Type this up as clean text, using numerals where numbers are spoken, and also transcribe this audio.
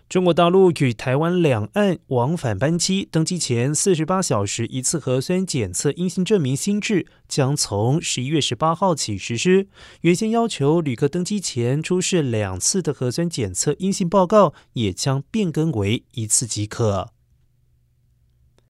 中国大陆与台湾两岸往返班机登机前48小时一次核酸检测阴性证明新制将从11月18号起实施。原先要求旅客登机前出示2次的核酸检测阴性报告，也将变更为1次即可。